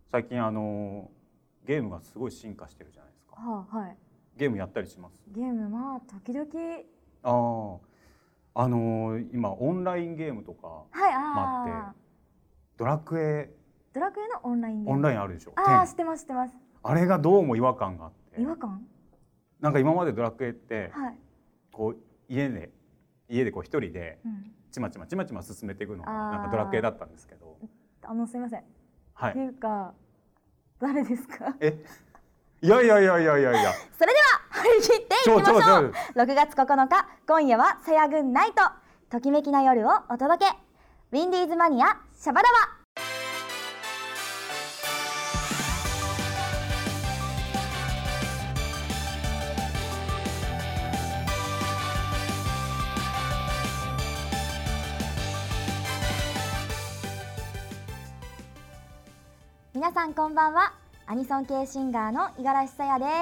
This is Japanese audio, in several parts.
最近ゲームがすごい進化してるじゃないですか。 はい。 ゲームやったりします？ ゲーム時々。 今オンラインゲームとかもあって、ドラクエのオンラインゲーム。 オンラインあるでしょ。 知ってます。 あれがどうも違和感があって。 違和感？ なんか今までドラクエって、 はい、 こう家でこう一人でちまちま進めていくのがなんかドラクエだったんですけど。 すいません。 はい。 っていうか誰ですか？ いや。 それでは張り切っていきましょう。6月9日、今夜はさやぐんナイト、ときめきな夜をお届け。ウィンディーズマニアシャバダバ。皆さんこんばんは。アニソン系シンガーの五十嵐さやです。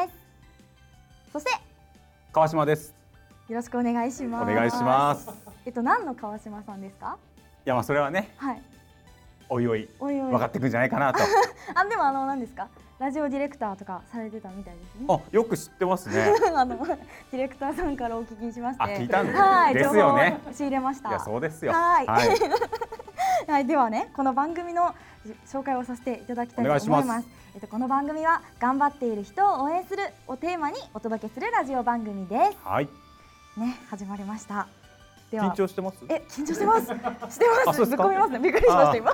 そして川島です。 よろしくお願いします。 お願いします。 何の川島さんですか？ いやそれはね、 はい、 おいおい分かってくんじゃないかなと。 でも何ですか？ラジオディレクターとかされてたみたいですね。 よく知ってますね。 ディレクターさんからお聞きしまして。 聞いたんですよね。仕入れました。 いやそうですよ。 はい。ではね、この番組の紹介をさせていただきたいと思います。この番組は頑張っている人を応援するをテーマにお届けするラジオ番組です。 はい。 ね、始まりました。では緊張してます？ 緊張してます。してます。ぶっ込みますね。びっくりしました今。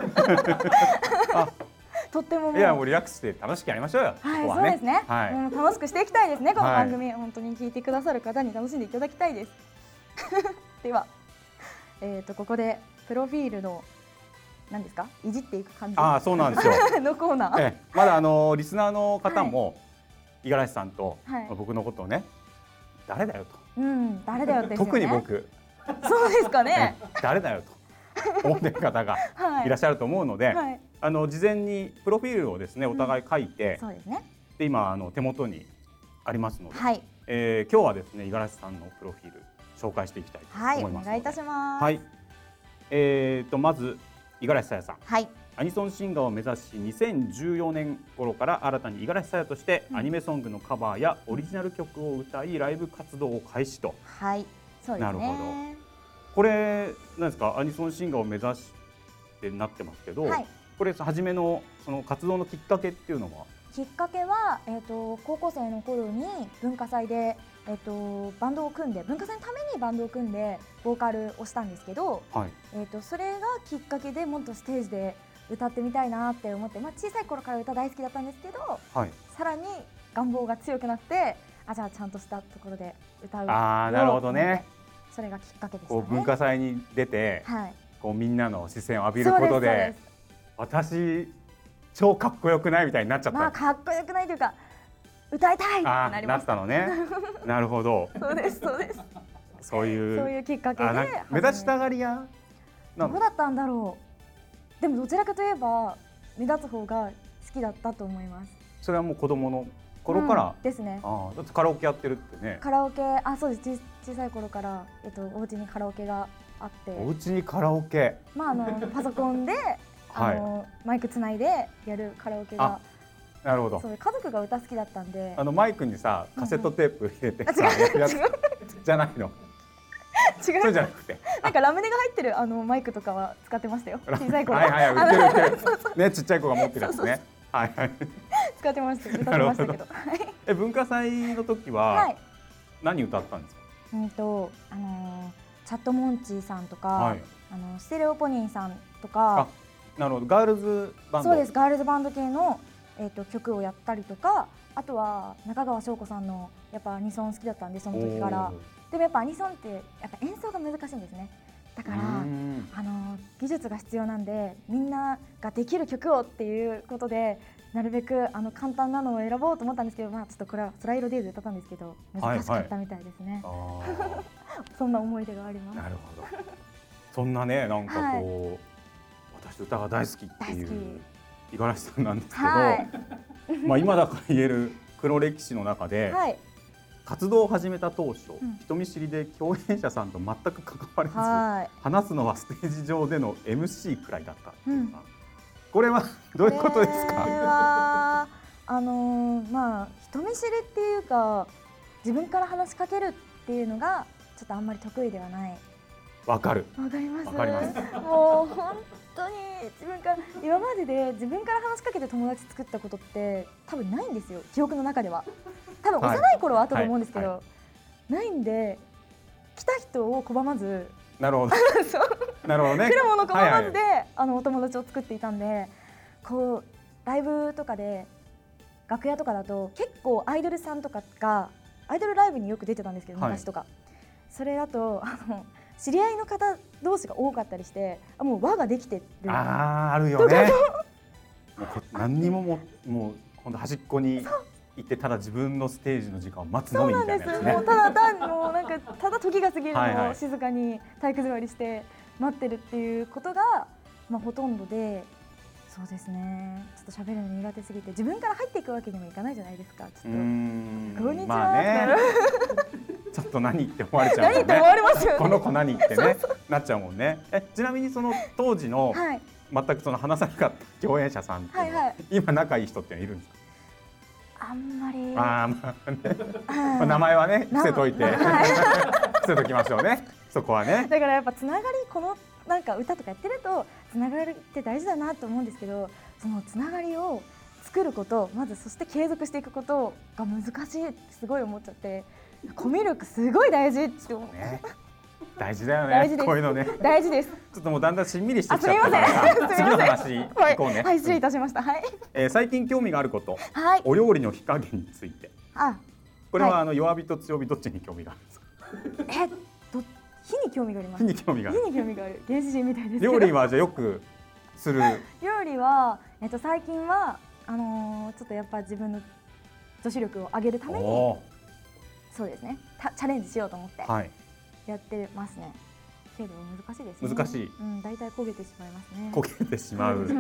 とってもいやもうリラックスして楽しくやりましょうよ。 はい、そうですね。楽しくしていきたいですね。この番組、本当に聞いてくださる方に楽しんでいただきたいです。では、ここでプロフィールの何ですか？いじっていく感じ。 そうなんですよ。 のコーナー。 まだリスナーの方も五十嵐さんと僕のことをね、誰だよと。 誰だよって。 特に僕。 そうですかね。 誰だよと思ってる方がいらっしゃると思うので、事前にプロフィールをですねお互い書いて、 そうですね。で今手元にありますので、 はい。 今日はですね五十嵐さんのプロフィール紹介していきたいと思います。 お願いいたします。 はい。まず五十嵐さやさん。 はい。 アニソンシンガーを目指し2014年頃から新たに五十嵐さやとしてアニメソングのカバーやオリジナル曲を歌いライブ活動を開始と。 はい。そうですね。 なるほど。これ何ですか？アニソンシンガーを目指してなってますけど、これ初めのその活動のきっかけっていうのは？ きっかけは高校生の頃に文化祭でバンドを組んで、文化祭のためにバンドを組んでボーカルをしたんですけど、それがきっかけでもっとステージで歌ってみたいなって思って、小さい頃から歌大好きだったんですけど、さらに願望が強くなって、じゃあちゃんとしたところで歌う。 なるほどね。 それがきっかけでしたね。 文化祭に出て、みんなの視線を浴びることで、私超かっこよくないみたいになっちゃった。 かっこよくないというか、歌いたいってなりました。 なったのね。なるほど。 そうです。そういうきっかけで。 目立ちたがり屋。 どうだったんだろう。でもどちらかといえば目立つ方が好きだったと思います。 それはもう子供の頃からですね。 だってカラオケやってるってね。 カラオケ、そうです。小さい頃からお家にカラオケがあって。 お家にカラオケ。 パソコンでマイクつないでやるカラオケが。 なるほど。 そう、家族が歌好きだったんで。 マイクにさカセットテープ入れてさやるやつじゃないの。 違う。 そうじゃなくて。 なんかラムネが入ってるマイクとかは使ってましたよ。小さい頃。 売ってる。ね、ちっちゃい子が持ってるやつね。 使ってました。歌ってましたけど。 文化祭の時は何歌ったんですか？ チャットモンチーさんとか、ステレオポニーさんとか。 なるほど。ガールズバンド。 そうです。ガールズバンド系の曲をやったりとか、あとは中川翔子さんのやっぱアニソン好きだったんで、その時から。でもやっぱアニソンってやっぱ演奏が難しいんですね。だから技術が必要なんで、みんなができる曲をっていうことでなるべく簡単なのを選ぼうと思ったんですけど、ちょっとこれはスライドデイズで歌ったんですけど難しかったみたいですね。そんな思い出があります。 なるほど。そんなね、なんかこう、私歌が大好きっていう五十嵐さんなんですけど、今だから言える黒歴史の中で、活動を始めた当初、人見知りで共演者さんと全く関われず、話すのはステージ上での MC くらいだったっていうか、 これはどういうことですか？ これはまあ人見知りっていうか自分から話しかけるっていうのがちょっとあんまり得意ではない。 わかる。 わかります。 わかります。 もう本当に今までで自分から話しかけて友達作ったことって多分ないんですよ、記憶の中では。多分幼い頃はあったと思うんですけど、ないんで来た人を拒まず。 なるほど。なるほどね。 来るもの拒まずで、お友達を作っていたんで、こうライブとかで楽屋とかだと結構アイドルさんとかがアイドルライブによく出てたんですけど、昔とか、それだと知り合いの方同士が多かったりして、もう輪ができてる。 あるよね。もう何にももう今度端っこに行ってただ自分のステージの時間を待つのみみたいなやつね。 もうただ時が過ぎるのを静かに体育座りして待ってるっていうことがほとんどで、そうですね。ちょっと喋るの苦手すぎて自分から入っていくわけにもいかないじゃないですか。ちょっとこんにちは。 ちょっと何って思われちゃうもんね。 何って思われますよね。 この子何ってねなっちゃうもんね。ちなみにその当時の全くその話さなかった共演者さんって今仲いい人っているんですか？ あんまり。 名前はね伏せといて伏せときましょうね。そこはね。 だからやっぱつながり、このなんか歌とかやってるとつながりって大事だなと思うんですけど、そのつながりを作ること、まずそして継続していくことが難しいってすごい思っちゃって、コミュ力すごい大事って思う。 大事だよね。こういうのね。 大事です。 ちょっともうだんだんしんみりしてきちゃったから次の話行こうね。 はい、失礼いたしました。はい。 最近興味があること、お料理の火加減について。これは弱火と強火どっちに興味があるんですか？ 火に興味があります。 火に興味がある。 火に興味がある。原始人みたいです。 料理はじゃあよくする。 料理は最近はちょっとやっぱ自分の女子力を上げるために、そうですね。チャレンジしようと思ってやってますね。けど難しいですね。 難しい。 大体焦げてしまいますね。 焦げてしまう。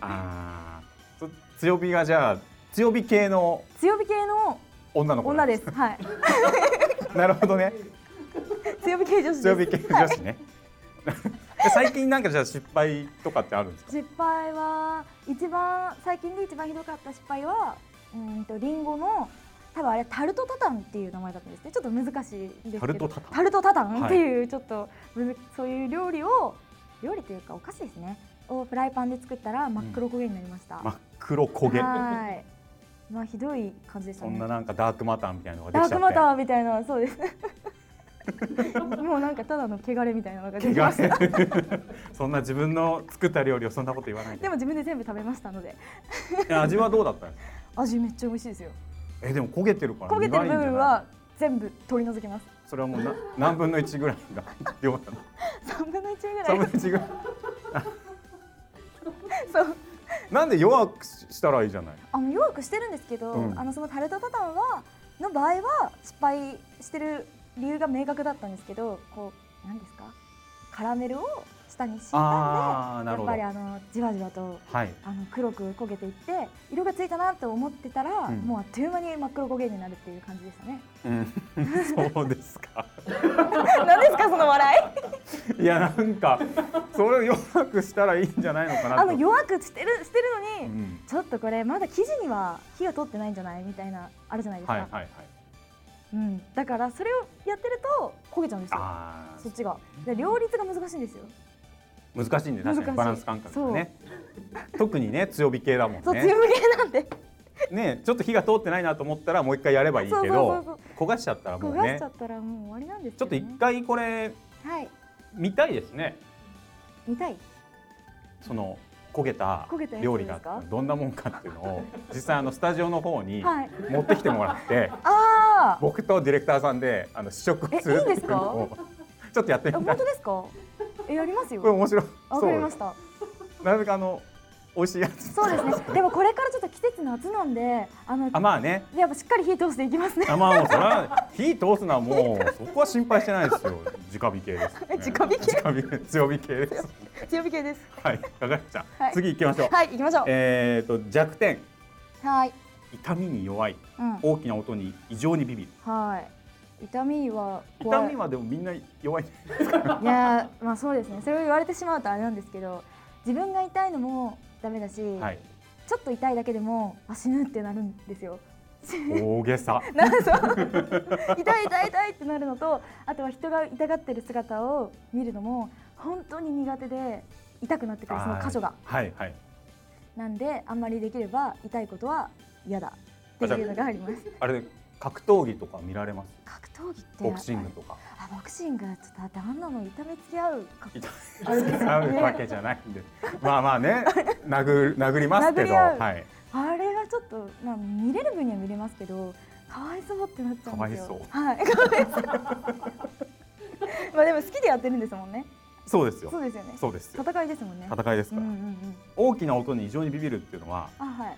強火がじゃあ強火系の女の子。 女です。はい。 なるほどね。 強火系女子。 強火系女子ね。最近なんかじゃあ失敗とかってあるんですか？ 失敗は最近で一番ひどかった失敗はリンゴの多分あれタルトタタンっていう名前だったんですね。ちょっと難しいんですけど、タルトタタンっていうちょっとそういう料理というかお菓子ですねをフライパンで作ったら真っ黒焦げになりました。 真っ黒焦げ。 はい。ひどい感じでしたね。 そんななんかダークマターみたいなのができちゃって。 ダークマターみたいな、そうです。もうなんかただの汚れみたいなのが出てました。 そんな自分の作った料理をそんなこと言わないで。 でも自分で全部食べましたので。 味はどうだったんですか？ 味めっちゃ美味しいですよ。 でも焦げてるから焦げてる部分は全部取り除けます。 それはもう何分の1ぐらいが量なの ？3分の1ぐらい。 3分の1ぐらい。 そう。 なんで弱くしたらいいじゃない。 弱くしてるんですけど、そのタルトタタンの場合は失敗してる理由が明確だったんですけど、何ですか？カラメルを下に敷いたんで、やっぱりじわじわと黒く焦げていって色がついたなと思ってたら、もうあっという間に真っ黒焦げになるっていう感じでしたね。 そうですか。 何ですかその笑い。いやなんかそれを弱くしたらいいんじゃないのかなと。 弱くしてるのに、ちょっとこれまだ生地には火が通ってないんじゃないみたいなあるじゃないですか。だからそれをやってると焦げちゃうんですよ。そっちが。で両立が難しいんですよ。 難しいんで確かにバランス感覚がね。特にね強火系だもんね。 そう強火系なんで。 ねちょっと火が通ってないなと思ったらもう一回やればいいけど、焦がしちゃったらもうね。 焦がしちゃったらもう終わりなんですよね。 ちょっと一回これ見たいですね。 見たい。 その焦げた料理がどんなもんかっていうのを実際スタジオの方に持ってきてもらって、僕とディレクターさんで試食をするっていうのをちょっとやってみたい。 本当ですか？やりますよ。 これ面白い。 わかりました。 なるべく美味しいやつ。 そうですね。でもこれからちょっと季節夏なんで、 まあね。 やっぱしっかり火通していきますね。 まあもうそれは火通すのはもうそこは心配してないですよ。直火系です。 直火系？ 直火強火系です。 強火系です。 はい。かがやちゃん。次行きましょう。 はい、行きましょう。 弱点。 はい。 痛みに弱い。大きな音に異常にビビる。 はい。痛みはでもみんな弱い。 いやそうですね。それを言われてしまうとあれなんですけど、自分が痛いのもダメだし、 はい、 ちょっと痛いだけでも死ぬってなるんですよ。 大げさ痛い痛い痛いってなるのと、あとは人が痛がってる姿を見るのも本当に苦手で痛くなってくる、その箇所が、 はいはい、 なんであんまりできれば痛いことは嫌だっていうのがあります。 あれ格闘技とか見られます？ 格闘技ってボクシングとか。 ボクシングちょっとだってあんなの痛めつけ合う痛めつけ合うわけじゃないんでまあまあね殴りますけど、はい、 あれがちょっと、見れる分には見れますけど、かわいそうってなっちゃうんですよ。 はい、 かわいそうまあでも好きでやってるんですもんね。 そうですよ。 そうですよね。 そうですよ。 戦いですもんね。 戦いですから。大きな音に異常にビビるっていうのは、 はい、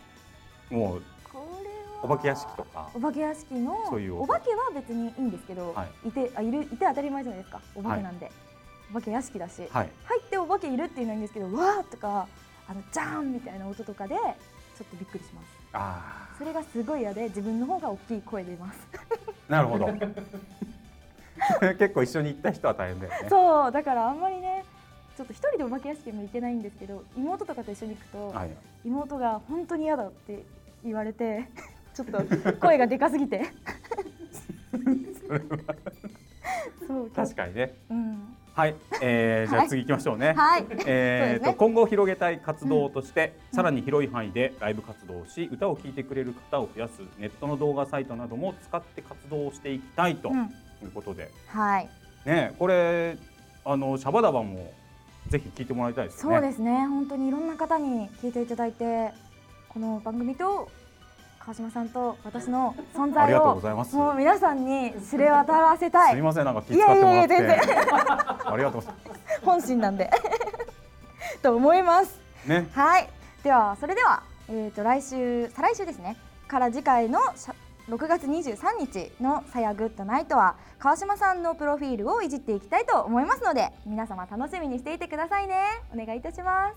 もうお化け屋敷とか。 お化け屋敷のお化けは別にいいんですけど、いて当たり前じゃないですか。お化けなんで、お化け屋敷だし、入ってお化けいるっていうのはいいんですけど、わーとかジャーンみたいな音とかでちょっとびっくりします。それがすごい嫌で自分の方が大きい声出ます。 なるほど。結構一緒に行った人は大変だよね。 そうだからあんまりね、ちょっと一人でお化け屋敷も行けないんですけど、妹とかと一緒に行くと、妹が本当に嫌だって言われてちょっと声がでかすぎてそう確かにね、はい、じゃあ次行きましょうね。今後広げたい活動として、さらに広い範囲でライブ活動をし、歌を聴いてくれる方を増やすネットの動画サイトなども使って活動をしていきたいということで、ね、これシャバダバもぜひ聞いてもらいたいですね。 そうですね、本当にいろんな方に聞いていただいて、この番組と川島さんと私の存在をもう皆さんに知れ渡らせたい。 すみません、なんか気遣ってもらって。ありがとうございます。 本心なんでと思います。 ね。 はい。ではそれでは再来週ですねから次回の6月23日のさやグッドナイトは川島さんのプロフィールをいじっていきたいと思いますので、皆様楽しみにしていてくださいね。お願いいたします。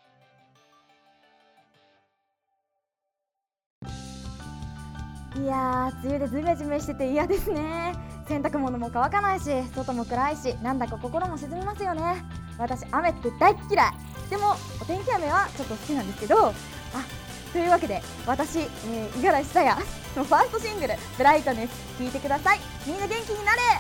いやー、梅雨でジメジメしてて嫌ですね。洗濯物も乾かないし、外も暗いし、なんだか心も沈みますよね。私、雨って大嫌い。でもお天気雨はちょっと好きなんですけど、というわけで私、五十嵐さやのファーストシングル「ブライトネス」聴いてください。みんな元気になれ。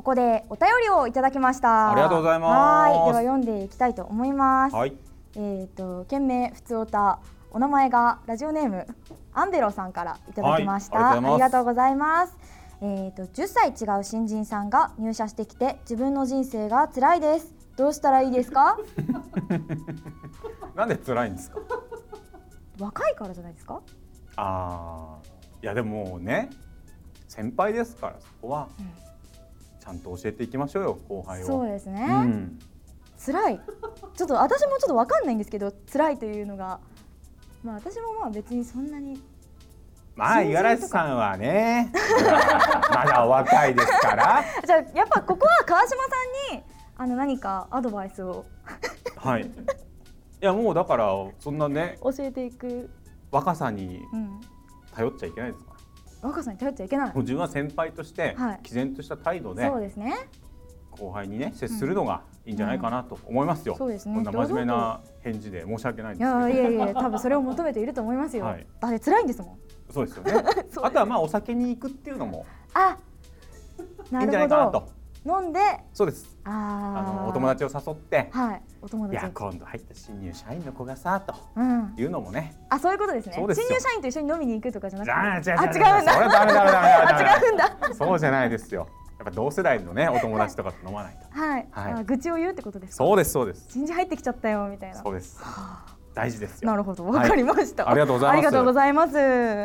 こでお便りをいただきました。 ありがとうございます。 はい、では読んでいきたいと思います。 はい。 件名ふつおた、お名前がラジオネームアンベロさんからいただきました。はい、ありがとうございます。10歳違う新人さんが入社してきて自分の人生が辛いです。どうしたらいいですか？ なんで辛いんですか？ 若いからじゃないですか？ いやでもね、先輩ですからそこはちゃんと教えていきましょうよ、後輩を。 そうですね。辛い。ちょっと私もちょっと分かんないんですけど、辛いというのが、私も別にそんなに。 五十嵐さんはね、まだお若いですから。 じゃあやっぱここは川島さんに何かアドバイスを。 はい。いやもうだからそんなね、 教えていく。 若さに頼っちゃいけないですから。 若さに頼っちゃいけない。 自分は先輩として毅然とした態度で、 そうですね。 後輩にね接するのがいいんじゃないかなと思いますよ。 そうですね。 こんな真面目な返事で申し訳ないんですけど。 いや多分それを求めていると思いますよ。だって辛いんですもん。 そうですよね。あとはお酒に行くっていうのもいいんじゃないかなと。 飲んで。 そうです。お友達を誘って。 はい。お友達。 いや今度入った新入社員の子がさというのもね。 そういうことですね。新入社員と一緒に飲みに行くとかじゃなくて。 違うんだ。 違うんだ。 そうじゃないですよ。やっぱ同世代のねお友達とかと飲まないと。 はい。愚痴を言うってことですか。 そうですそうです。 新人入ってきちゃったよみたいな。 そうです。大事ですよ。 なるほど、わかりました。 ありがとうございます。 ありがとうございます。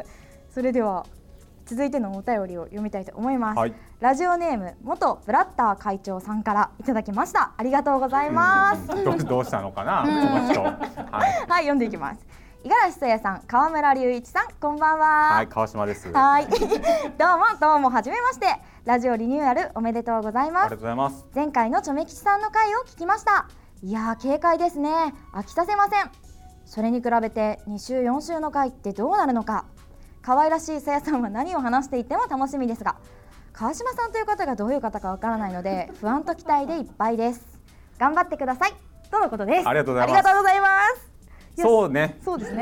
それでは続いてのお便りを読みたいと思います。ラジオネーム元ブラッター会長さんからいただきました。ありがとうございます。 どうしたのかな、この人。 はい、読んでいきます。五十嵐さやさん、川村隆一さん、こんばんは。 はい、川島です。 はい、どうもはじめまして。ラジオリニューアルおめでとうございます。 ありがとうございます。 前回のチョメ吉さんの回を聞きました。いやー、軽快ですね。飽きさせません。それに比べて2週4週の回ってどうなるのか。可愛らしいさやさんは何を話していても楽しみですが、川島さんという方がどういう方かわからないので不安と期待でいっぱいです。頑張ってくださいとのことです。 ありがとうございます。 ありがとうございます。 そうね。 そうですね。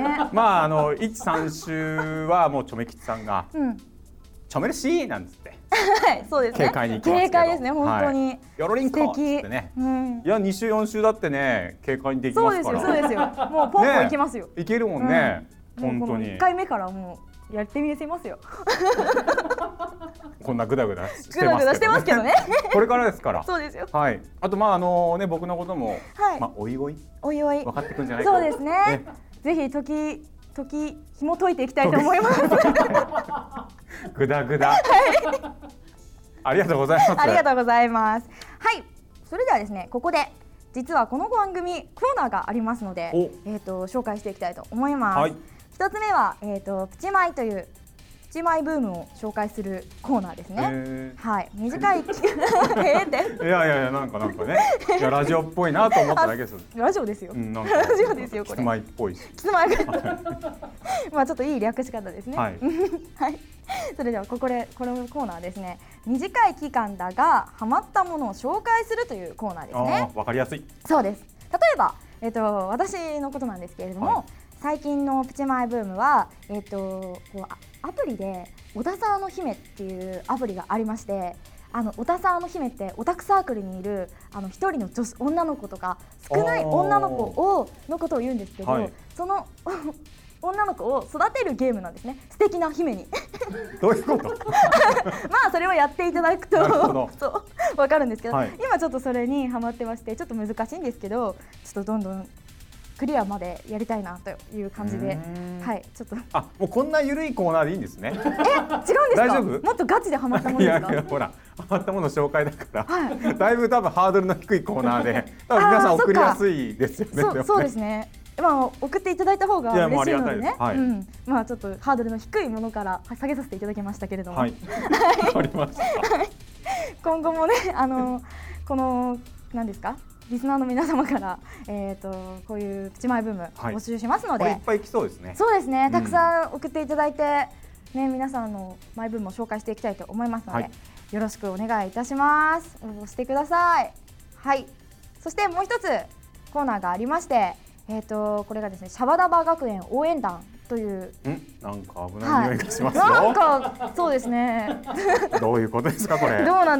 1、3週はもうチョメ吉さんが、チョメルシーなんつって。 はい、そうですね。 軽快に行きますけど。 軽快ですね、本当に。 よろりんこってね。いや2週4週だってね、軽快にできますから。 そうですよ。もうポンポンいきますよ。 いけるもんね。本当に。 1回目からもうやってみせますよ。 こんなグダグダしてますけどね。 これからですから。 そうですよ。 はい。あと僕のこともおいおい分かってくるんじゃないか。 そうですね。ぜひ時紐解いていきたいと思います。 グダグダ。ありがとうございます。 ありがとうございます。はい。それではですね、ここで実はこの番組コーナーがありますので、紹介していきたいと思います。一つ目はプチマイというプチマイブームを紹介するコーナーですね。はい。短いいやなんかね。いやラジオっぽいなと思っただけです。 ラジオですよ。ラジオですよこれ。 プチマイっぽいし。 プチマイ。ちょっといい略し方ですね。はい。それではこのコーナーですね。短い期間だがハマったものを紹介するというコーナーですね。 わかりやすい。 そうです。例えば私のことなんですけれども。最近のプチマイブームは、アプリでオタサーの姫っていうアプリがありまして、オタサーの姫ってオタクサークルにいる一人の女の子とか少ない女の子のことを言うんですけど、その女の子を育てるゲームなんですね。素敵な姫に。 どういうこと？ それをやっていただくとわかるんですけど、今ちょっとそれにハマってまして、ちょっと難しいんですけど、ちょっとどんどんクリアまでやりたいなという感じで、ちょっともうこんな緩いコーナーでいいんですね。 違うんですか？ 大丈夫？ もっとガチでハマったものですか？ いやほらハマったもの紹介だから、だいぶ多分ハードルの低いコーナーで、皆さん送りやすいですよね。 そうですね。送っていただいた方が嬉しいのでね。ちょっとハードルの低いものから下げさせていただきましたけれども。 わかりました。 今後もねこの何ですか？リスナーの皆様から、こういうプチマイブーム募集しますので、 いっぱい来そうですね。 そうですね。たくさん送っていただいて、ね、皆さんのマイブームを紹介していきたいと思いますので、よろしくお願いいたします。応募してください。はい。そしてもう一つコーナーがありまして、これがですね、シャバダバ学園応援団というなんか危ない匂いがしますよ。 なんかそうですね。 どういうことですかこれ？ どうなんです。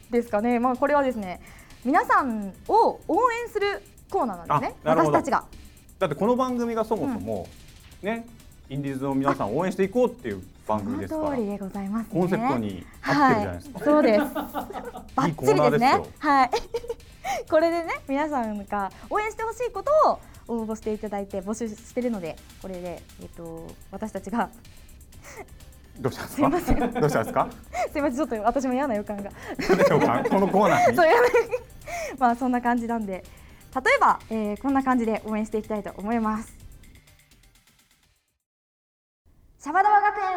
ですかね。これはですね、皆さんを応援するコーナーなんですね。私たちが。 だってこの番組がそもそも、ね、インディーズの皆さんを応援していこうっていう番組ですから。 その通りでございますね。 コンセプトに合ってるじゃないですか。 そうです。バッチリですね。はい。これでね、皆さんが応援してほしいことを応募していただいて募集してるので、これで私たちがどうしたんですか。どうしたんですか。 すみません、ちょっと私も嫌な予感が。 このコーナーに。 そうそんな感じなんで、例えば、こんな感じで応援していきたいと思います。シャバダバ学園応援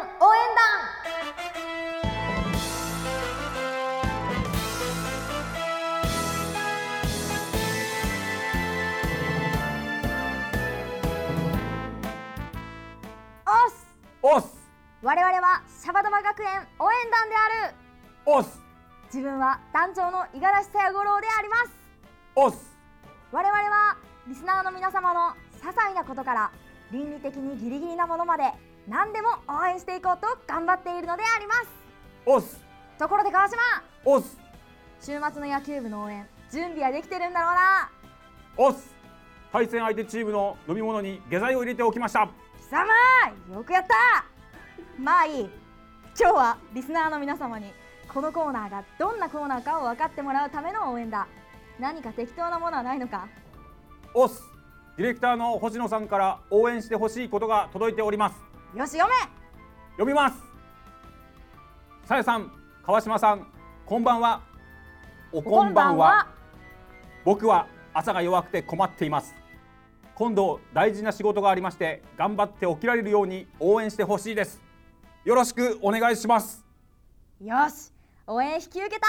団。 おす。 我々はシャバダバ学園応援団である。 おす。 自分は団長の五十嵐さや五郎であります。 おす。 我々はリスナーの皆様の些細なことから倫理的にギリギリなものまで何でも応援していこうと頑張っているのであります。 おす。 ところで川島、 おす。 週末の野球部の応援準備はできてるんだろうな。 おす。対戦相手チームの飲み物に下剤を入れておきました。 貴様、よくやった。まあいい。今日はリスナーの皆様にこのコーナーがどんなコーナーかを分かってもらうための応援だ。何か適当なものはないのか。 おす。ディレクターの星野さんから応援してほしいことが届いております。 よし、読め。 読みます。さやさん、川島さん、こんばんは。おこんばんは。僕は朝が弱くて困っています。今度大事な仕事がありまして、頑張って起きられるように応援してほしいです。よろしくお願いします。 よし、応援引き受けた。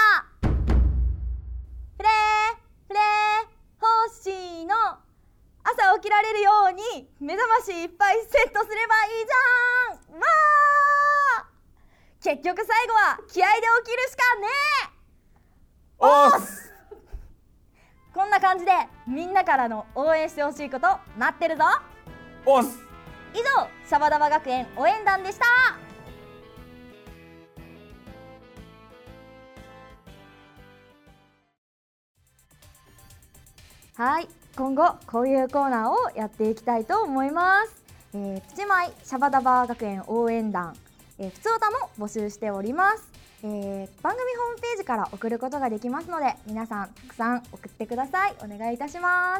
フレーフレー星の朝起きられるように目覚ましいっぱいセットすればいいじゃん。わー、結局最後は気合で起きるしかねえ。 おーす。 こんな感じでみんなからの応援してほしいこと待ってるぞ。 おーす。 以上、シャバダバ学園応援団でした。はい、今後こういうコーナーをやっていきたいと思います。プチマイシャバダバ学園応援団、普通歌も募集しております。番組ホームページから送ることができますので、皆さんたくさん送ってください。お願いいたします。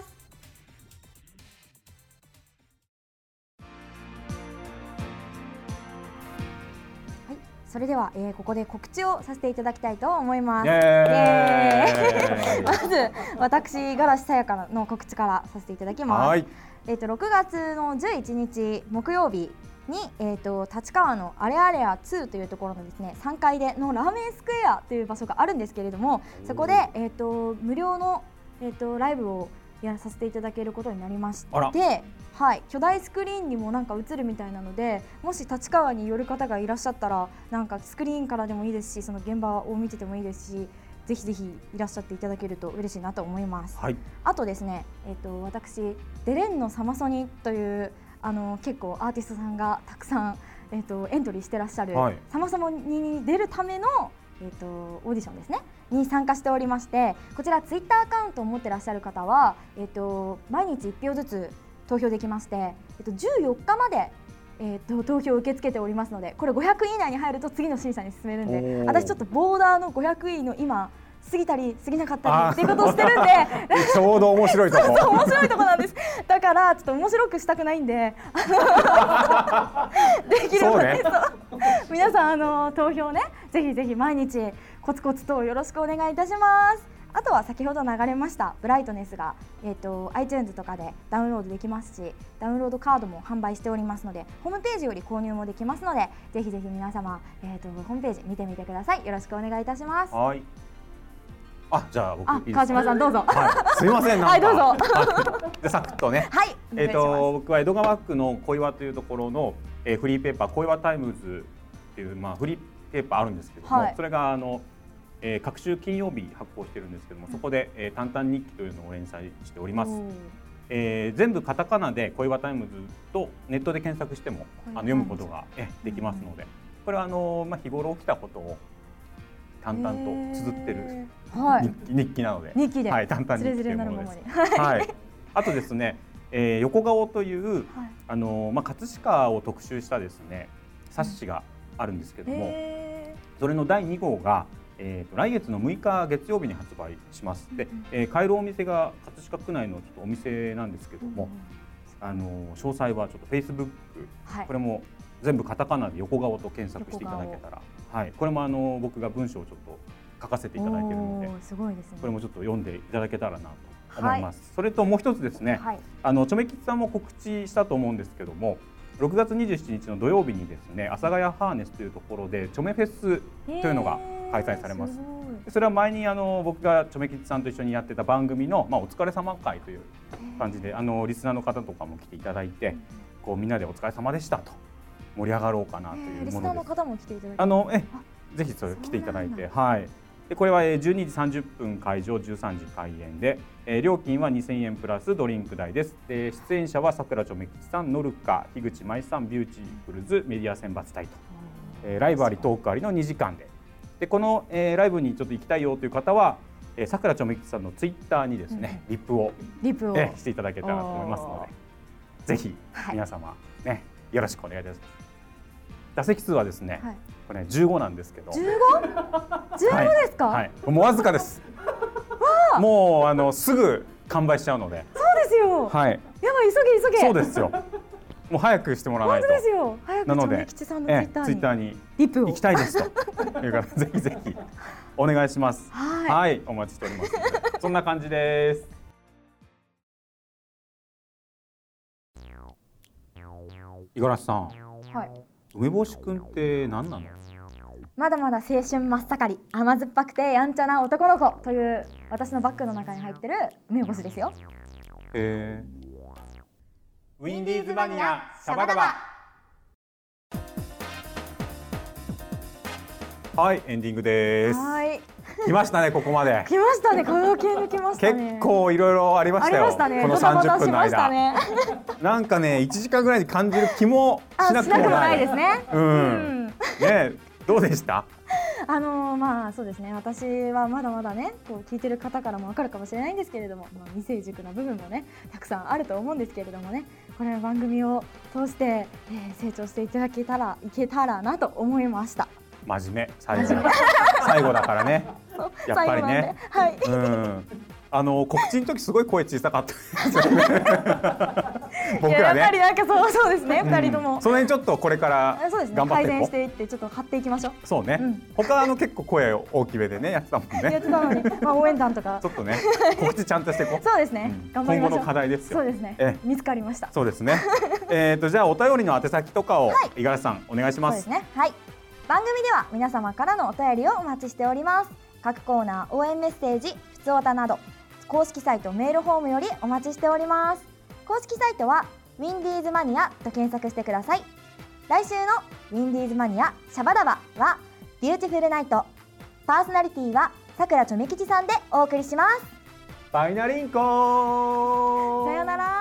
それでは、ここで告知をさせていただきたいと思います。まず私、五十嵐さやかの告知からさせていただきます。6月の11日木曜日に、立川のアレアレア2というところのですね、3階でのラーメンスクエアという場所があるんですけれども、そこで、無料の、ライブをやらさせていただけることになりまして、はい、巨大スクリーンにもなんか映るみたいなので、もし立川に寄る方がいらっしゃったら、なんかスクリーンからでもいいですし、その現場を見ててもいいですし、ぜひぜひいらっしゃっていただけると嬉しいなと思います。はい、あとですね、私デレンのサマソニという結構アーティストさんがたくさん、エントリーしてらっしゃる、サマソニに出るためのオーディションですねに参加しておりまして、こちらツイッターアカウントを持ってらっしゃる方は、毎日1票ずつ投票できまして、14日まで、投票を受け付けておりますので、これ500位以内に入ると次の審査に進めるんで、私ちょっとボーダーの500位の今過ぎたり過ぎなかったりっていうことをしてるんでちょうど面白いとこそう面白いとこなんです。だからちょっと面白くしたくないんでできるので、皆さん投票ね、ぜひぜひ毎日コツコツとよろしくお願いいたします。あとは先ほど流れましたブライトネスが、iTunes とかでダウンロードできますし、ダウンロードカードも販売しておりますので、ホームページより購入もできますので、ぜひぜひ皆様、ホームページ見てみてください。よろしくお願いいたします。 はい。じゃあ僕いいですか。 川島さんどうぞ。 すみません。 はい、どうぞ。 でサクッとね。 はい。 僕は江戸川区の小岩というところの、フリーペーパー小岩タイムズっていう、フリーペーパーあるんですけども、それが各週金曜日発行してるんですけども、そこで、淡々日記というのを連載しております。全部カタカナで小岩タイムズとネットで検索しても読むことができますので、これは日頃起きたことを淡々と綴ってる、日記なので、 日記で、 淡々にっていうものです。あとですね、横顔という、葛飾を特集したですね冊子があるんですけども、それの第2号が、来月の6日月曜日に発売します。で、買えるお店が葛飾区内のちょっとお店なんですけども、詳細はちょっと Facebook、これも全部カタカナで横顔と検索していただけたら、これも僕が文章をちょっと書かせていただいているので、 すごいですね、 これもちょっと読んでいただけたらなと思います。それともう一つですね、チョメキッさんも告知したと思うんですけども、6月27日の土曜日にですね、阿佐ヶ谷ハーネスというところでチョメフェスというのが開催されます。それは前に僕がチョメキッさんと一緒にやってた番組の、お疲れ様会という感じでリスナーの方とかも来ていただいて、こうみんなでお疲れ様でしたと盛り上がろうかなというものです。 リスナーの方も来ていただいて、 ぜひそれ来ていただいて、でこれは12時30分会場、13時開演で、料金は2000円プラスドリンク代です。で出演者はさくらちょめきちさん、ノルカ、樋口舞さん、ビューティフルズメディア選抜隊と、ライブありトークありの2時間で、この、ライブにちょっと行きたいよという方は、さくらちょめきちさんのツイッターにですね、リップをしていただけたらと思いますので、ぜひ皆様ね、よろしくお願いいたします。打席数はですね、これ15なんですけど。 15ですか？ もうわずかです。もうすぐ完売しちゃうので。 そうですよ。やばい、急げ。 そうですよ。もう早くしてもらわないと。 本当ですよ。早くなのでチョメ吉さんのツイッターにリップを行きたいですというからぜひぜひお願いします。はい、お待ちしております。そんな感じです。五十嵐さん。梅干しくんって何なの？ まだまだ青春真っ盛り、甘酸っぱくてやんちゃな男の子という私のバッグの中に入ってる梅干しですよ。 ウィンディーズマニアシャバダバ。はい、エンディングです。来ましたね、ここまで。 来ましたね、輝き抜きましたね。 結構いろいろありましたよ。この30分の間。なんかね、1時間ぐらいに感じる気もしなくもないですね。 ね、どうでした？ そうですね。私はまだまだね、こう聞いてる方からもわかるかもしれないんですけれども、未成熟な部分もね、たくさんあると思うんですけれどもね、この番組を通して、成長していただけたらいけたらなと思いました。 真面目、最後だからね。やっぱりね。告知の時すごい声小さかったですよね。僕らね。 やっぱりなんかそうですね、2人とも。 その辺ちょっとこれから頑張って改善していってちょっと張っていきましょう。 そうね。他結構声大きめでねやってたもんね。 やってたのに、応援団とか。 ちょっとね、告知ちゃんとしていこう。 そうですね。頑張りましょう。 今後の課題ですよ。 そうですね。見つかりました。 そうですね。じゃあお便りの宛先とかを五十嵐さんお願いします。 そうですね。はい。番組では皆様からのお便りをお待ちしております。各コーナー、応援メッセージ、ふつおたなど公式サイトメールフォームよりお待ちしております。公式サイトはウィンディーズマニアと検索してください。来週のウィンディーズマニアシャバダバはビューティフルナイト、パーソナリティはさくらちょめきちさんでお送りします。 バイナリンコー。 さよなら。